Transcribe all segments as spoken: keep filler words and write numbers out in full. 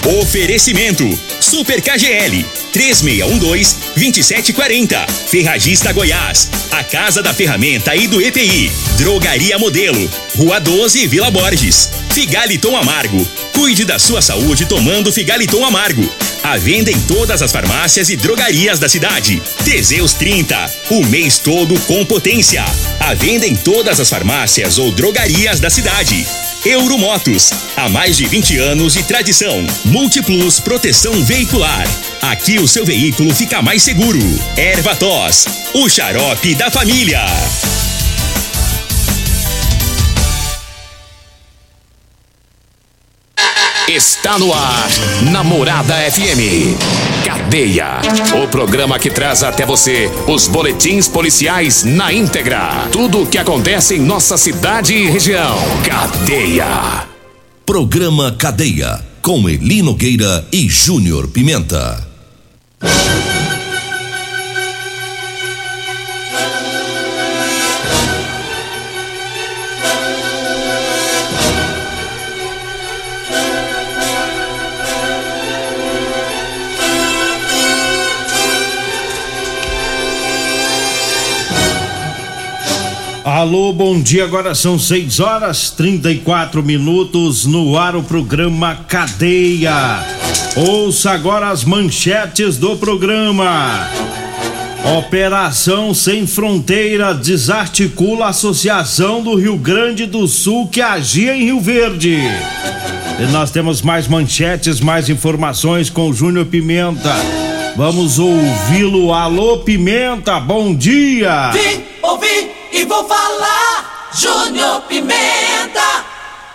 Oferecimento Super K G L três seis um dois, dois sete quatro zero. Ferragista Goiás, a Casa da Ferramenta e do E P I. Drogaria Modelo, Rua doze, Vila Borges. Figaliton Amargo, cuide da sua saúde tomando Figaliton Amargo. À venda em todas as farmácias e drogarias da cidade. Teseus trinta, o mês todo com potência. À venda em todas as farmácias ou drogarias da cidade. Euromotos, há mais de vinte anos de tradição. Multiplus Proteção Veicular. Aqui o seu veículo fica mais seguro. Ervatos, o xarope da família. Está no ar, Namorada F M. Cadeia, o programa que traz até você os boletins policiais na íntegra. Tudo o que acontece em nossa cidade e região. Cadeia. Programa Cadeia, com Eli Nogueira e Júnior Pimenta. Alô, bom dia, agora são seis horas trinta e quatro minutos, no ar o programa Cadeia. Ouça agora as manchetes do programa. Operação Sem Fronteira desarticula a Associação do Rio Grande do Sul que agia em Rio Verde. E nós temos mais manchetes, mais informações com o Júnior Pimenta. Vamos ouvi-lo. Alô, Pimenta, bom dia. Vim, ouvi e vou falar, Júnior Pimenta.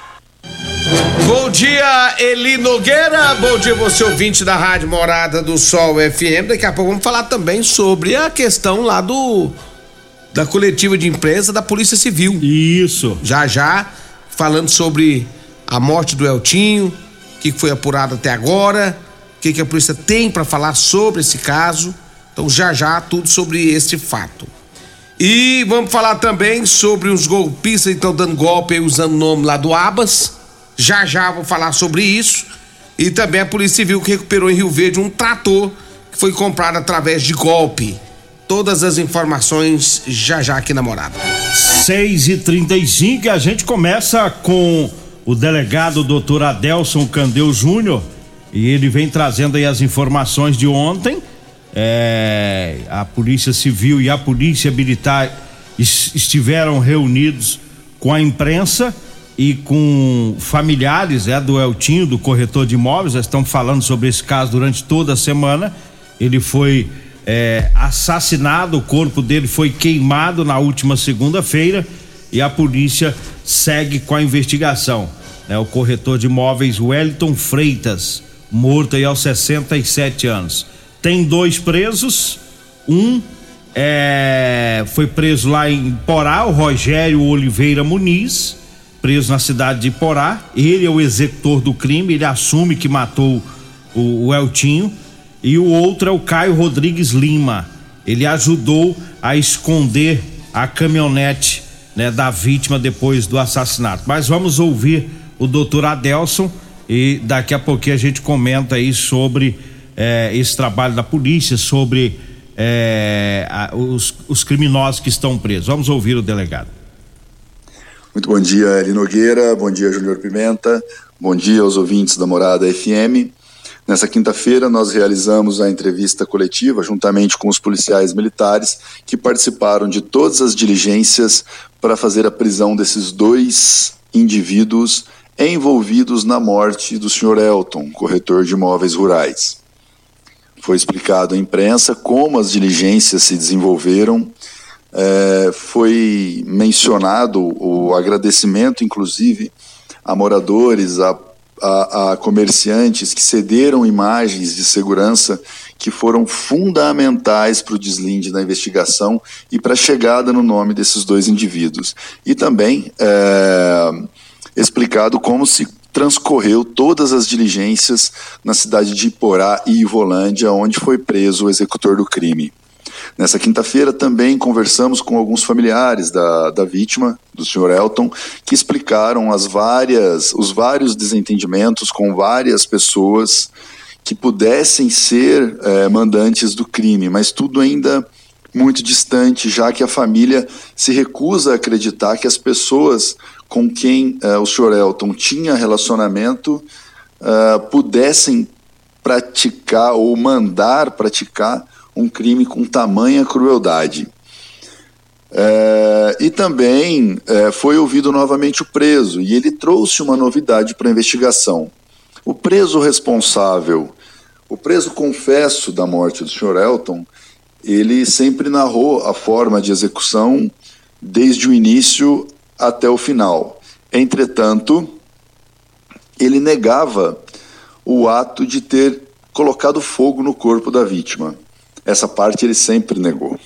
Bom dia, Eli Nogueira. Bom dia, você ouvinte da Rádio Morada do Sol F M. Daqui a pouco vamos falar também sobre a questão lá do da coletiva de imprensa da Polícia Civil. Isso. Já já falando sobre a morte do Eltinho, o que foi apurado até agora, o que, que a polícia tem para falar sobre esse caso. Então já já tudo sobre este fato. E vamos falar também sobre os golpistas que estão dando golpe aí, usando o nome lá do Abas. Já já vou falar sobre isso. E também a Polícia Civil que recuperou em Rio Verde um trator que foi comprado através de golpe. Todas as informações já já aqui na Morada. seis e trinta e cinco e a gente começa com o delegado doutor Adelson Candeu Júnior. E ele vem trazendo aí as informações de ontem. É, a Polícia Civil e a Polícia Militar es, estiveram reunidos com a imprensa e com familiares é, do Eltinho, do corretor de imóveis. Eles estão falando sobre esse caso durante toda a semana. Ele foi é, assassinado, o corpo dele foi queimado na última segunda-feira e a polícia segue com a investigação. É, o corretor de imóveis Wellington Freitas, morto aí aos sessenta e sete anos. Tem dois presos, um é, foi preso lá em Porá, o Rogério Oliveira Muniz, preso na cidade de Porá. Ele é o executor do crime, ele assume que matou o, o Eltinho. E o outro é o Caio Rodrigues Lima, ele ajudou a esconder a caminhonete, né, da vítima depois do assassinato. Mas vamos ouvir o doutor Adelson e daqui a pouquinho a gente comenta aí sobre É, esse trabalho da polícia, sobre é, a, os, os criminosos que estão presos. Vamos ouvir o delegado. Muito bom dia, Eli Nogueira, bom dia, Júnior Pimenta, bom dia aos ouvintes da Morada F M. Nessa quinta-feira nós realizamos a entrevista coletiva juntamente com os policiais militares que participaram de todas as diligências para fazer a prisão desses dois indivíduos envolvidos na morte do senhor Elton, corretor de imóveis rurais. Foi explicado à imprensa como as diligências se desenvolveram, é, foi mencionado o agradecimento, inclusive, a moradores, a, a, a comerciantes que cederam imagens de segurança que foram fundamentais para o deslinde da investigação e para a chegada no nome desses dois indivíduos. E também é, explicado como se transcorreu todas as diligências na cidade de Iporá e Ivolândia, onde foi preso o executor do crime. Nessa quinta-feira também conversamos com alguns familiares da, da vítima, do senhor Elton, que explicaram as várias, os vários desentendimentos com várias pessoas que pudessem ser é, mandantes do crime, mas tudo ainda muito distante, já que a família se recusa a acreditar que as pessoas com quem é, o senhor Elton tinha relacionamento é, pudessem praticar ou mandar praticar um crime com tamanha crueldade. É, e também é, foi ouvido novamente o preso, e ele trouxe uma novidade para a investigação. O preso responsável, o preso confesso da morte do senhor Elton, ele sempre narrou a forma de execução desde o início até o final. Entretanto, ele negava o ato de ter colocado fogo no corpo da vítima. Essa parte ele sempre negou.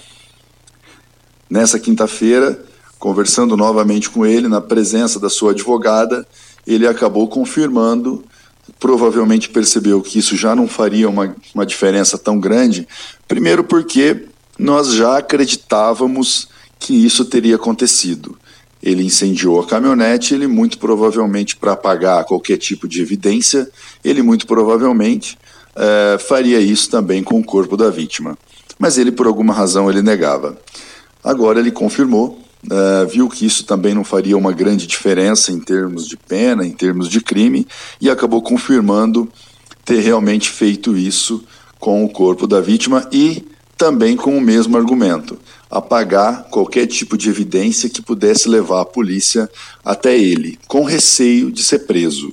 Nessa quinta-feira, conversando novamente com ele, na presença da sua advogada, ele acabou confirmando, provavelmente percebeu que isso já não faria uma, uma diferença tão grande, primeiro porque nós já acreditávamos que isso teria acontecido. Ele incendiou a caminhonete, ele muito provavelmente, para apagar qualquer tipo de evidência, ele muito provavelmente é, faria isso também com o corpo da vítima. Mas ele, por alguma razão, ele negava. Agora ele confirmou, é, viu que isso também não faria uma grande diferença em termos de pena, em termos de crime, e acabou confirmando ter realmente feito isso com o corpo da vítima e também com o mesmo argumento: apagar qualquer tipo de evidência que pudesse levar a polícia até ele, com receio de ser preso.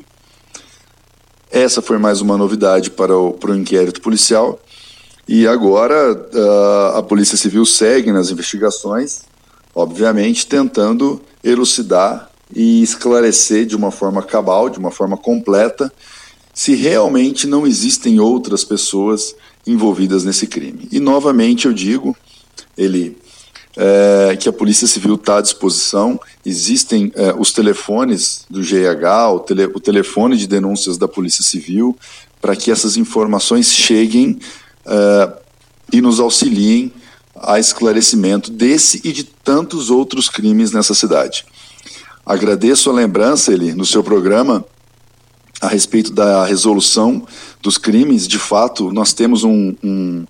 Essa foi mais uma novidade para o, para o inquérito policial, e agora uh, a Polícia Civil segue nas investigações, obviamente tentando elucidar e esclarecer de uma forma cabal, de uma forma completa, se realmente não existem outras pessoas envolvidas nesse crime. E novamente eu digo, ele, é, que a Polícia Civil está à disposição, existem é, os telefones do G H, o, tele, o telefone de denúncias da Polícia Civil, para que essas informações cheguem é, e nos auxiliem a esclarecimento desse e de tantos outros crimes nessa cidade. Agradeço a lembrança, ele, no seu programa, a respeito da resolução dos crimes. De fato, nós temos um, um,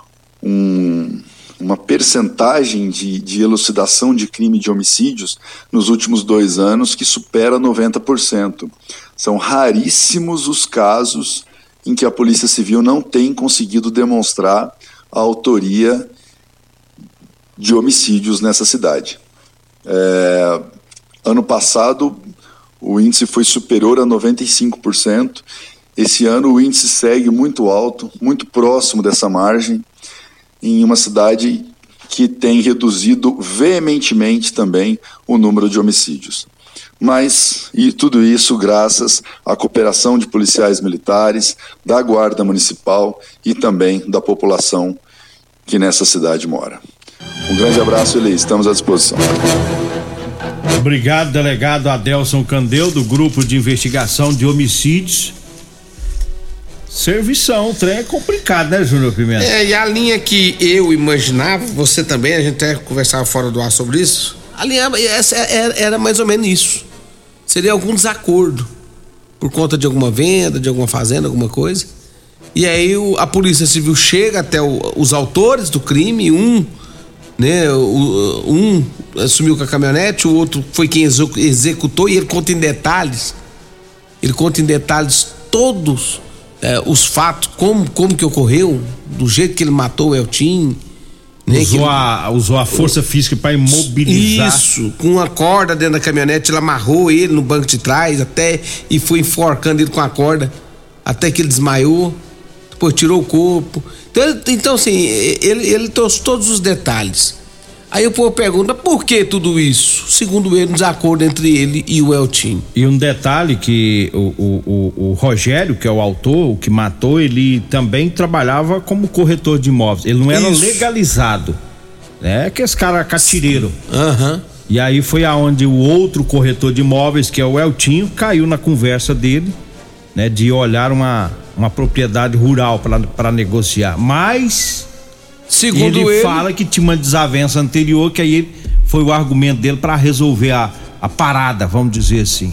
um, uma percentagem de, de elucidação de crime de homicídios nos últimos dois anos que supera noventa por cento. São raríssimos os casos em que a Polícia Civil não tem conseguido demonstrar a autoria de homicídios nessa cidade. É, ano passado, o índice foi superior a noventa e cinco por cento. Esse ano o índice segue muito alto, muito próximo dessa margem, em uma cidade que tem reduzido veementemente também o número de homicídios. Mas, e tudo isso graças à cooperação de policiais militares, da Guarda Municipal e também da população que nessa cidade mora. Um grande abraço, Eli, estamos à disposição. Obrigado, delegado Adelson Candeu, do Grupo de Investigação de Homicídios. Servição, o trem é complicado, né, Júnior Pimenta? É, e a linha que eu imaginava, você também, a gente até conversava fora do ar sobre isso, a linha essa era, era mais ou menos isso. Seria algum desacordo por conta de alguma venda, de alguma fazenda, alguma coisa. E aí o, a Polícia Civil chega até o, os autores do crime, um, né, o, um assumiu com a caminhonete, o outro foi quem executou, e ele conta em detalhes, ele conta em detalhes todos é, os fatos, como, como que ocorreu, do jeito que ele matou o Eltinho. Né, usou, ele, a, usou a força física para imobilizar. Isso, com uma corda dentro da caminhonete, ele amarrou ele no banco de trás até e foi enforcando ele com a corda até que ele desmaiou, depois tirou o corpo. Então, então assim, ele, ele trouxe todos os detalhes. Aí o povo pergunta, por que tudo isso? Segundo ele, um desacordo entre ele e o Eltinho. E um detalhe que o, o, o, o Rogério, que é o autor, o que matou, ele também trabalhava como corretor de imóveis. Ele não era isso. legalizado, né? Que esse cara catireiro. Aham. Uhum. E aí foi aonde o outro corretor de imóveis, que é o Eltinho, caiu na conversa dele, né? De olhar uma, uma propriedade rural para negociar. Mas Segundo ele, ele fala que tinha uma desavença anterior, que aí foi o argumento dele para resolver a, a parada, vamos dizer assim.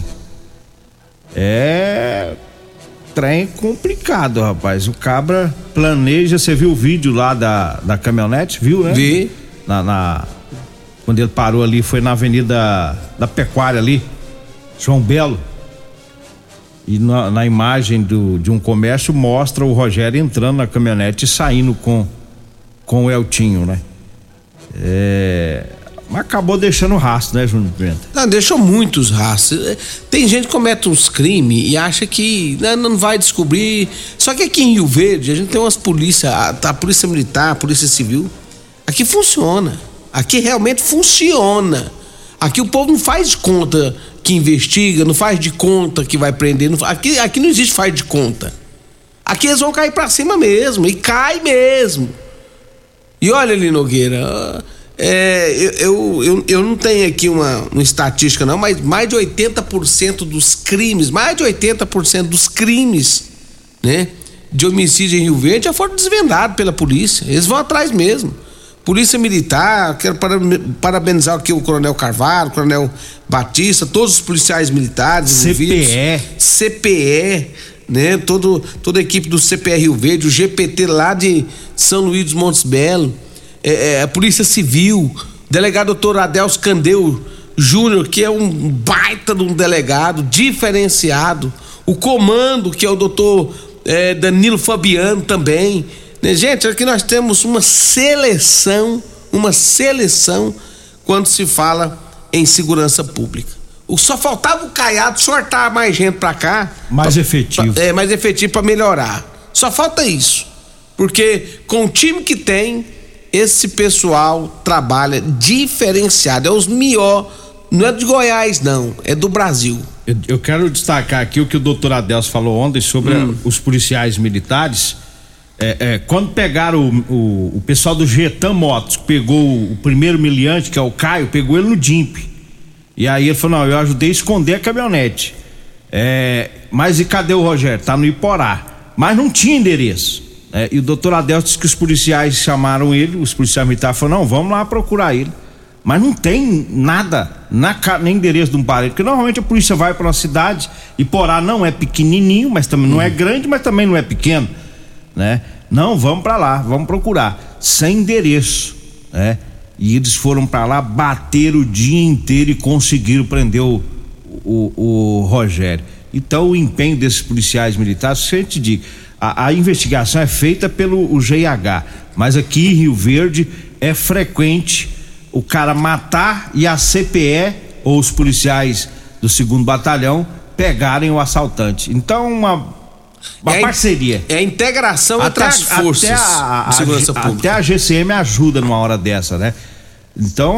É trem complicado, rapaz. O cabra planeja, você viu o vídeo lá da, da caminhonete, viu, né? Vi. Na, na, quando ele parou ali, foi na Avenida da Pecuária ali, João Belo. E na, na imagem do, de um comércio mostra o Rogério entrando na caminhonete e saindo com, com o Eltinho, né? É... Mas acabou deixando rastro, né, Júnior Pimenta? Não, deixou muitos rastros. Tem gente que comete uns crimes e acha que né, não vai descobrir. Só que aqui em Rio Verde a gente tem umas polícias, a, a polícia militar, a polícia civil. Aqui funciona. Aqui realmente funciona. Aqui o povo não faz de conta que investiga, não faz de conta que vai prender. Não, aqui, aqui não existe faz de conta. Aqui eles vão cair pra cima mesmo. E cai mesmo. E olha ali, Nogueira. É, eu, eu, eu, eu não tenho aqui uma, uma estatística não, mas mais de oitenta por cento dos crimes, mais de oitenta por cento dos crimes, né, de homicídio em Rio Verde já foram desvendados pela polícia. Eles vão atrás mesmo. Polícia Militar, quero parabenizar aqui o Coronel Carvalho, o Coronel Batista, todos os policiais militares envolvidos. C P E. C P E, né, todo, toda a equipe do C P E Rio Verde, o G P T lá de São Luís dos Montes Belos. É, a Polícia Civil, delegado doutor Adelson Candeu Júnior, que é um baita de um delegado diferenciado, o comando, que é o doutor é, Danilo Fabiano também, né? Gente, aqui nós temos uma seleção, uma seleção quando se fala em segurança pública. O, só faltava o Caiado sortar mais gente pra cá. Mais pra, efetivo. Pra, é, mais efetivo pra melhorar. Só falta isso. Porque com o time que tem, esse pessoal trabalha diferenciado, é os melhores, não é de Goiás não, é do Brasil. Eu, eu quero destacar aqui o que o doutor Adelson falou ontem sobre hum. a, os policiais militares. É, é, quando pegaram o, o, o pessoal do Getan Motos, pegou o primeiro miliante, que é o Caio, pegou ele no D I M P. E aí ele falou, não, eu ajudei a esconder a caminhonete. É, mas e cadê o Rogério? Tá no Iporá. Mas não tinha endereço. É, e o doutor Adelson disse que os policiais chamaram ele, os policiais militares falaram, não, vamos lá procurar ele. Mas não tem nada, na, nem endereço de um parente, porque normalmente a polícia vai para uma cidade, Iporá não é pequenininho, mas também não é grande, mas também não é pequeno, né? Não, vamos para lá, vamos procurar, sem endereço, né? E eles foram para lá, bateram o dia inteiro e conseguiram prender o, o, o Rogério. Então o empenho desses policiais militares, se a gente diz, A, a investigação é feita pelo o G H, mas aqui em Rio Verde é frequente o cara matar e a C P E ou os policiais do segundo batalhão pegarem o assaltante. Então uma, uma é parceria. É a integração até, entre as forças até a, a, de segurança a, pública. Até a G C M ajuda numa hora dessa, né? Então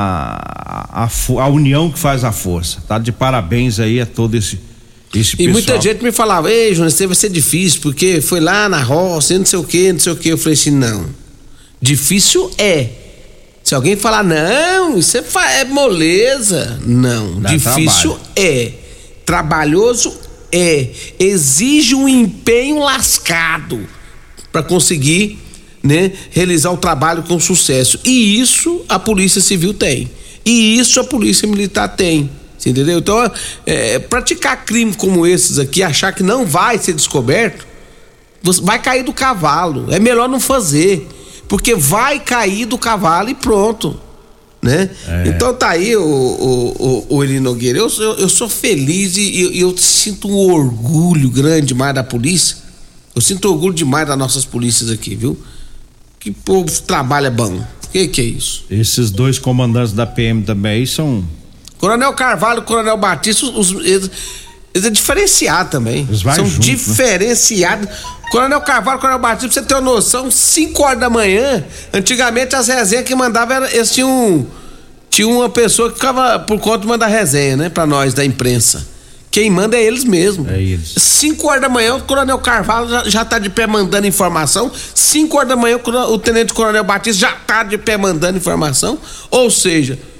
a, a, a união que faz a força. Tá de parabéns aí a todo esse Esse e pessoal. muita gente me falava, ei, Jonas, vai ser difícil, porque foi lá na roça, não sei o que, não sei o que. Eu falei assim, não. Difícil é. Se alguém falar, não, isso é, é moleza. Não, Dá difícil trabalho. é. Trabalhoso é. Exige um empenho lascado para conseguir, né, realizar o trabalho com sucesso. E isso a Polícia Civil tem. E isso a Polícia Militar tem. Você entendeu? Então, é, praticar crime como esses aqui, achar que não vai ser descoberto, você vai cair do cavalo. É melhor não fazer, porque vai cair do cavalo e pronto, né? É. Então tá aí o, o, o, o Eli Nogueira. Eu, eu, eu sou feliz e eu, eu sinto um orgulho grande demais da polícia. Eu sinto orgulho demais das nossas polícias aqui, viu? Que povo trabalha bom. Que que é isso? Esses dois comandantes da P M também aí são... Coronel Carvalho e Coronel Batista, os, eles, eles é diferenciado também. São juntos, diferenciados. Né? Coronel Carvalho e Coronel Batista, pra você ter uma noção, cinco horas da manhã, antigamente as resenhas que mandavam, era, eles tinham, tinha uma pessoa que ficava por conta de mandar resenha, né? Pra nós, da imprensa. Quem manda é eles mesmo. É eles. cinco horas da manhã, o Coronel Carvalho já, já tá de pé mandando informação. cinco horas da manhã, o, o Tenente Coronel Batista já tá de pé mandando informação. Ou seja,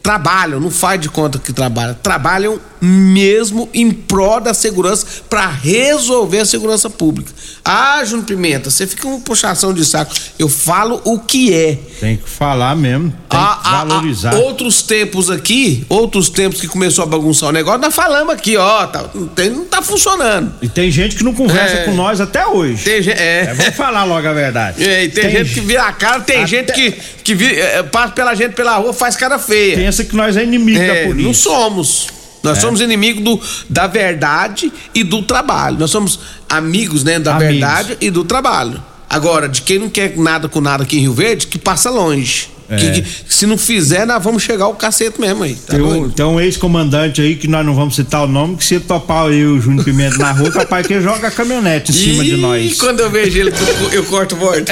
trabalham, não faz de conta que trabalham, trabalham mesmo em prol da segurança para resolver a segurança pública. Ah, Júnior Pimenta, você fica uma puxação de saco. Eu falo o que é. Tem que falar mesmo, tem ah, que valorizar. Ah, ah, outros tempos aqui, outros tempos que começou a bagunçar o negócio, nós falamos aqui, ó, tá, não, tem, não tá funcionando. E tem gente que não conversa é, com nós até hoje. Tem gente, é. é. Vamos falar logo a verdade. É, e tem, tem gente que vira a cara, tem até... gente que, que vira, é, passa pela gente pela rua, faz cara feia. Pensa que nós é inimigo é, da polícia. Não somos. Nós é. somos inimigos do, da verdade e do trabalho. Nós somos amigos, né, da amigos. verdade e do trabalho. Agora, de quem não quer nada com nada aqui em Rio Verde, que passa longe. É. Que, que, se não fizer, nós vamos chegar ao cacete mesmo aí. Tá tem, um, tem um ex-comandante aí que nós não vamos citar o nome, que se topar eu e o Júnior Pimenta na rua, capaz que joga a caminhonete em e cima de nós. E quando eu vejo ele, eu, eu corto o bordo.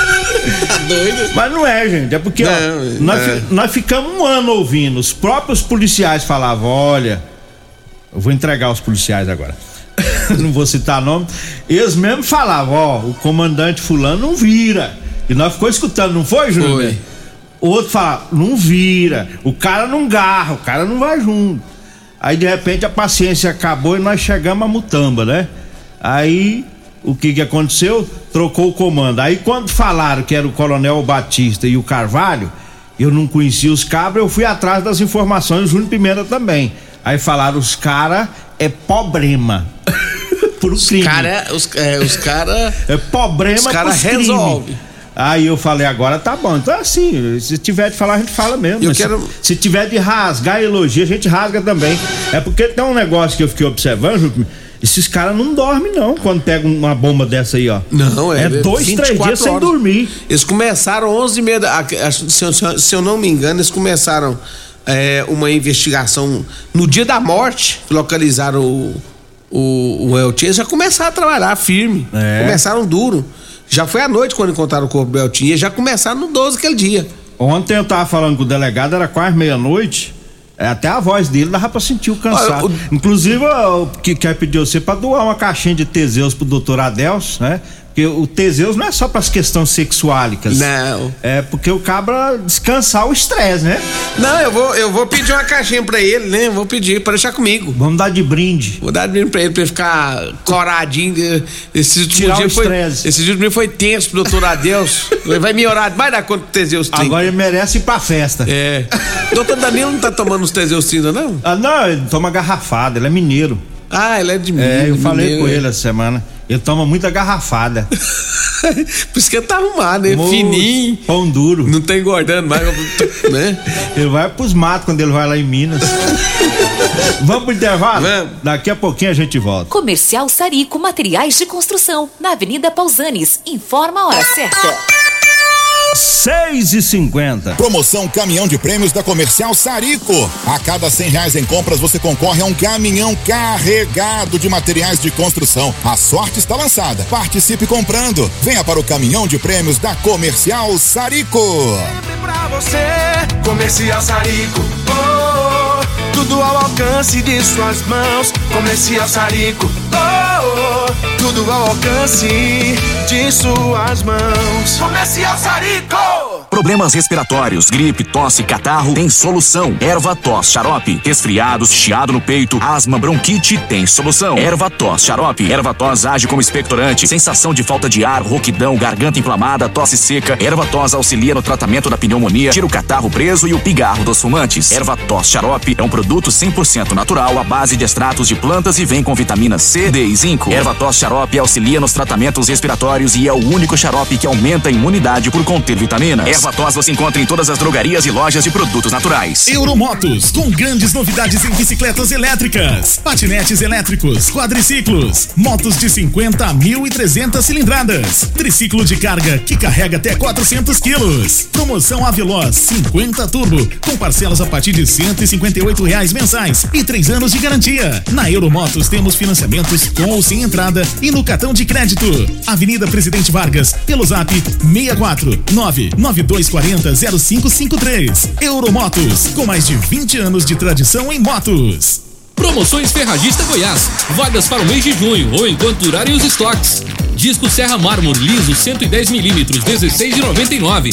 Tá doido? Mas não é, gente. É porque não, ó, nós, é. nós ficamos um ano ouvindo. Os próprios policiais falavam: olha, eu vou entregar os policiais agora. Não vou citar nome. Eles mesmo falavam: ó, o comandante fulano não vira. E nós ficamos escutando, não foi, Júnior? Foi. O outro fala: não vira. O cara não garra, o cara não vai junto. Aí de repente a paciência acabou e nós chegamos a Mutamba, né? Aí o que que aconteceu? Trocou o comando. Aí quando falaram que era o Coronel Batista e o Carvalho, eu não conhecia os cabras, eu fui atrás das informações, o Júnior Pimenta também. Aí falaram: os caras é problema. Por os crime. Cara, os é, os cara é problema. Os caras resolvem. Aí eu falei: agora tá bom. Então assim, se tiver de falar, a gente fala mesmo. Eu quero... se, se tiver de rasgar elogio, a gente rasga também. É porque tem um negócio que eu fiquei observando: esses caras não dormem não quando pegam uma bomba dessa aí, ó. Não, é. É dois, três dias sem dormir. Eles começaram onze e meia da, se, eu, se eu não me engano, eles começaram é, uma investigação no dia da morte, localizaram o, o, o Eltinho, já começaram a trabalhar firme, é. Começaram duro. Já foi à noite quando encontraram o corpo do Eltinho, já começaram no doze aquele dia. Ontem eu tava falando com o delegado, era quase meia-noite. É, até a voz dele dava pra sentir o cansaço. Olha, o... Inclusive, eu que quer pedir você pra doar uma caixinha de Teseus pro doutor Adelson, né? Porque o Teseus não é só pras questões sexuálicas. Não. É porque o cabra descansar o estresse, né? Não, eu vou, eu vou pedir uma caixinha pra ele, né? Vou pedir pra deixar comigo. Vamos dar de brinde. Vou dar de brinde pra ele, pra ele ficar coradinho. Esse Tirar dia o foi, estresse. esse dia foi tenso pro doutor Adelson. Ele vai melhorar, vai dar conta do Teseus trinta. Agora ele merece ir pra festa. É. Doutor Danilo não tá tomando os Teseus trinta, não? Ah, não, ele toma garrafada, ele é mineiro. Ah, ele é de mineiro. É, eu falei mineiro, com é. ele essa semana. Ele toma muita garrafada. Por isso que ele tá arrumado, né? Moço, fininho. Pão duro. Não tá engordando mais, né? Ele vai pros matos quando ele vai lá em Minas. Vamos pro intervalo? Vamos. Daqui a pouquinho a gente volta. Comercial Sarico Materiais de Construção, na Avenida Pausanes. Informa a hora certa. seis e cinquenta. Promoção Caminhão de Prêmios da Comercial Sarico. A cada cem reais em compras você concorre a um caminhão carregado de materiais de construção. A sorte está lançada. Participe comprando. Venha para o Caminhão de Prêmios da Comercial Sarico. Sempre pra você, Comercial Sarico. Oh, oh, tudo ao alcance de suas mãos. Comercial Sarico. Oh, oh, tudo ao alcance de suas mãos. Comercial Sarico. Problemas respiratórios, gripe, tosse, catarro, tem solução. Erva-tos Xarope. Resfriados, chiado no peito, asma, bronquite, tem solução. Erva-tos Xarope. Erva-tos age como expectorante, sensação de falta de ar, rouquidão, garganta inflamada, tosse seca. Erva-tos auxilia no tratamento da pneumonia, tira o catarro preso e o pigarro dos fumantes. Erva-tos Xarope é um produto cem por cento natural à base de extratos de plantas e vem com vitaminas C, D e zinco. Erva-tos Xarope auxilia nos tratamentos respiratórios e é o único xarope que aumenta a imunidade por conter vitaminas. Erva-tos você encontra em todas as drogarias e lojas de produtos naturais. Euromotos, com grandes novidades em bicicletas elétricas, patinetes elétricos, quadriciclos, motos de cinquenta a mil e trezentas cilindradas, triciclo de carga que carrega até quatrocentos quilos. Promoção Aveloz cinquenta Turbo, com parcelas a partir de cento e cinquenta e oito reais mensais e três anos de garantia. Na Euromotos temos financiamentos com ou sem entrada e no cartão de crédito. Avenida Presidente Vargas, pelo zap seis quatro nove nove dois quatro zero zero cinco cinco três. Euromotos, com mais de vinte anos de tradição em motos. Promoções Ferragista Goiás. Vagas para o mês de junho ou enquanto durarem os estoques. Disco Serra Mármore liso cento e dez milímetros, dezesseis e noventa e nove.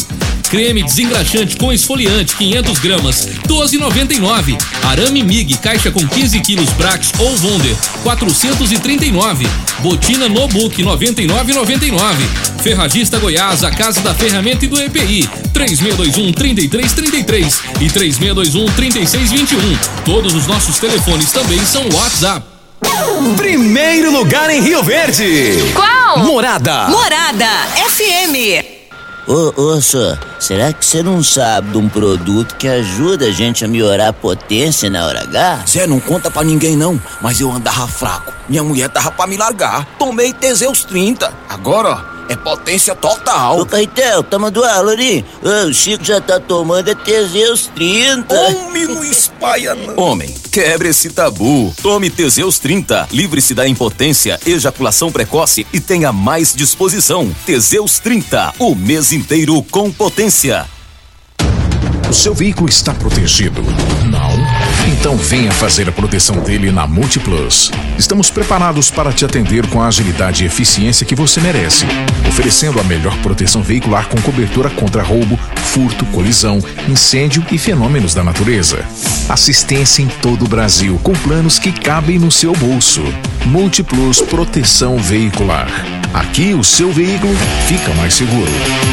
Creme desengraxante com esfoliante quinhentas gramas, doze e noventa e nove. Arame Mig, caixa com quinze quilos Brax ou Wonder, quatrocentos e trinta e nove. Botina Nobuc, noventa e nove e noventa e nove. Ferragista Goiás, a casa da ferramenta e do E P I, três seis dois um, três três três três e três seis dois um, três seis dois um. Todos os nossos telefones também são WhatsApp. Primeiro lugar em Rio Verde. Qual? Morada. Morada F M. Ô, ô, senhor, será que você não sabe de um produto que ajuda a gente a melhorar a potência na hora H? Zé, não conta pra ninguém não, mas eu andava fraco. Minha mulher tava pra me largar. Tomei Teseus trinta. Agora, ó, é potência total. Ô, Caetel, tá mandando aula ali? Ô, o Chico já tá tomando é Teseus trinta. Homem, não espalha não. Homem, quebre esse tabu. Tome Teseus trinta. Livre-se da impotência, ejaculação precoce e tenha mais disposição. Teseus trinta, o mês inteiro com potência. O seu veículo está protegido? Não? Então venha fazer a proteção dele na Multiplus. Estamos preparados para te atender com a agilidade e eficiência que você merece, oferecendo a melhor proteção veicular com cobertura contra roubo, furto, colisão, incêndio e fenômenos da natureza. Assistência em todo o Brasil, com planos que cabem no seu bolso. Multiplus Proteção Veicular. Aqui o seu veículo fica mais seguro.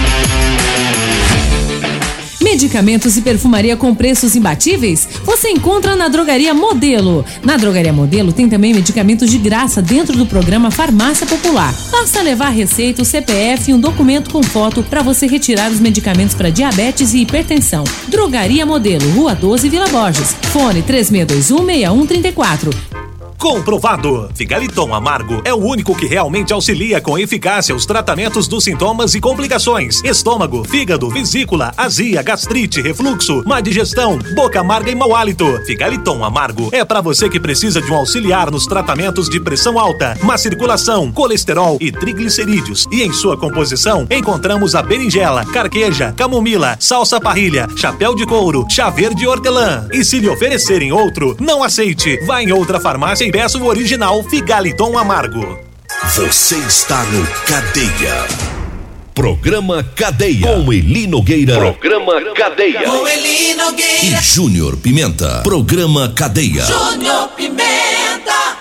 Medicamentos e perfumaria com preços imbatíveis? Você encontra na Drogaria Modelo. Na Drogaria Modelo tem também medicamentos de graça dentro do programa Farmácia Popular. Basta levar receita, o C P F e um documento com foto para você retirar os medicamentos para diabetes e hipertensão. Drogaria Modelo, Rua doze, Vila Borges. Fone três seis dois um, seis um três quatro. Comprovado. Figaliton Amargo é o único que realmente auxilia com eficácia os tratamentos dos sintomas e complicações: estômago, fígado, vesícula, azia, gastrite, refluxo, má digestão, boca amarga e mau hálito. Figaliton Amargo é para você que precisa de um auxiliar nos tratamentos de pressão alta, má circulação, colesterol e triglicerídeos. E em sua composição encontramos a berinjela, carqueja, camomila, salsa parrilha, chapéu de couro, chá verde e hortelã. E se lhe oferecerem outro, não aceite. Vá em outra farmácia e peça o original Figaliton Amargo. Você está no Cadeia. Programa Cadeia. Com Eli Nogueira. Programa Cadeia. Com Eli Nogueira. E Júnior Pimenta. Programa Cadeia. Júnior Pimenta.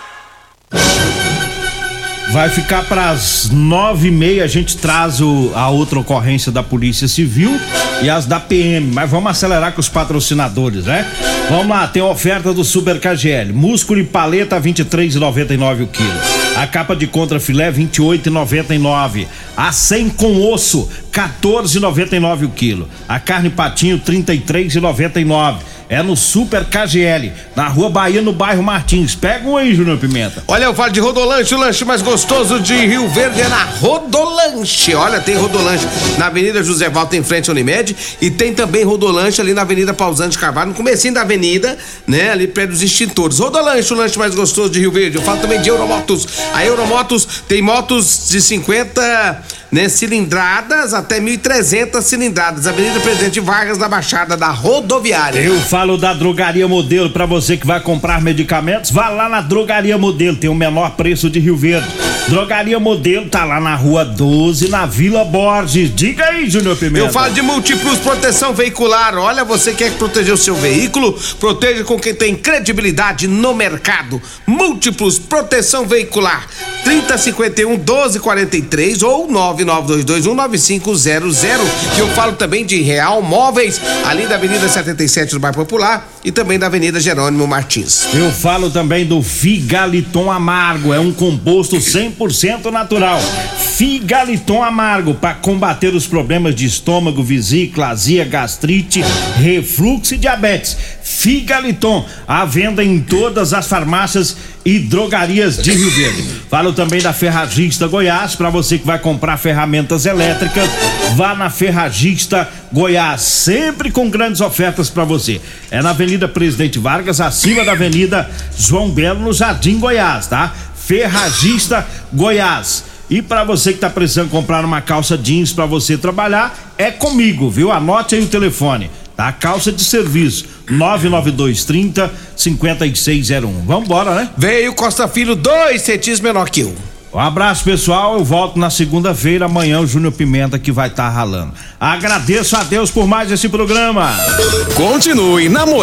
Vai ficar para as nove e meia, a gente traz o, a outra ocorrência da Polícia Civil e as da P M, mas vamos acelerar com os patrocinadores, né? Vamos lá, tem a oferta do Super K G L, músculo e paleta vinte e três reais e noventa e nove centavos o quilo, a capa de contra filé vinte e oito reais e noventa e nove centavos, a cem com osso quatorze reais e noventa e nove centavos o quilo, a carne patinho trinta e três reais e noventa e nove centavos. É no Super K G L, na Rua Bahia, no bairro Martins. Pega um aí, Júnior Pimenta. Olha, eu falo de Rodolanche, o lanche mais gostoso de Rio Verde é na Rodolanche. Olha, tem Rodolanche na Avenida José Valta, em frente à Unimed, e tem também Rodolanche ali na Avenida Pausante Carvalho, no comecinho da avenida, né, ali perto dos extintores. Rodolanche, o lanche mais gostoso de Rio Verde. Eu falo também de Euromotos. A Euromotos tem motos de cinquenta, né, cilindradas até mil e trezentas cilindradas. Avenida Presidente Vargas, na Baixada da Rodoviária. Eu falo da Drogaria Modelo. Pra você que vai comprar medicamentos, vá lá na Drogaria Modelo, tem o menor preço de Rio Verde. Drogaria Modelo tá lá na Rua doze, na Vila Borges. Diga aí, Júnior Pimenta. Eu falo de Multiplus Proteção Veicular. Olha, você quer proteger o seu veículo? Proteja com quem tem credibilidade no mercado. Múltiplos Proteção Veicular, trinta cinquenta e um, doze quarenta e três ou nove nove dois dois um nove cinco zero zero. E eu falo também de Real Móveis, ali da Avenida setenta e sete do Bairro Popular e também da Avenida Jerônimo Martins. Eu falo também do Figaliton Amargo, é um composto cem por cento natural. Figaliton Amargo, para combater os problemas de estômago, vesícula, azia, gastrite, refluxo e diabetes. Figaliton, à venda em todas as farmácias e drogarias de Rio Verde. Falo também da Ferragista Goiás, para você que vai comprar ferramentas elétricas, vá na Ferragista Goiás, sempre com grandes ofertas para você. É na Avenida Presidente Vargas, acima da Avenida João Belo, no Jardim Goiás, tá? Ferragista Goiás. E para você que tá precisando comprar uma calça jeans para você trabalhar, é comigo, viu? Anote aí o telefone, tá? Calça de serviço, nove nove dois, trinta, cinquenta e seis zero um. Vambora, né? Veio Costa Filho, dois centímetros menor que eu. Um abraço, pessoal. Eu volto na segunda-feira. Amanhã o Júnior Pimenta que vai estar tá ralando. Agradeço a Deus por mais esse programa. Continue namorando.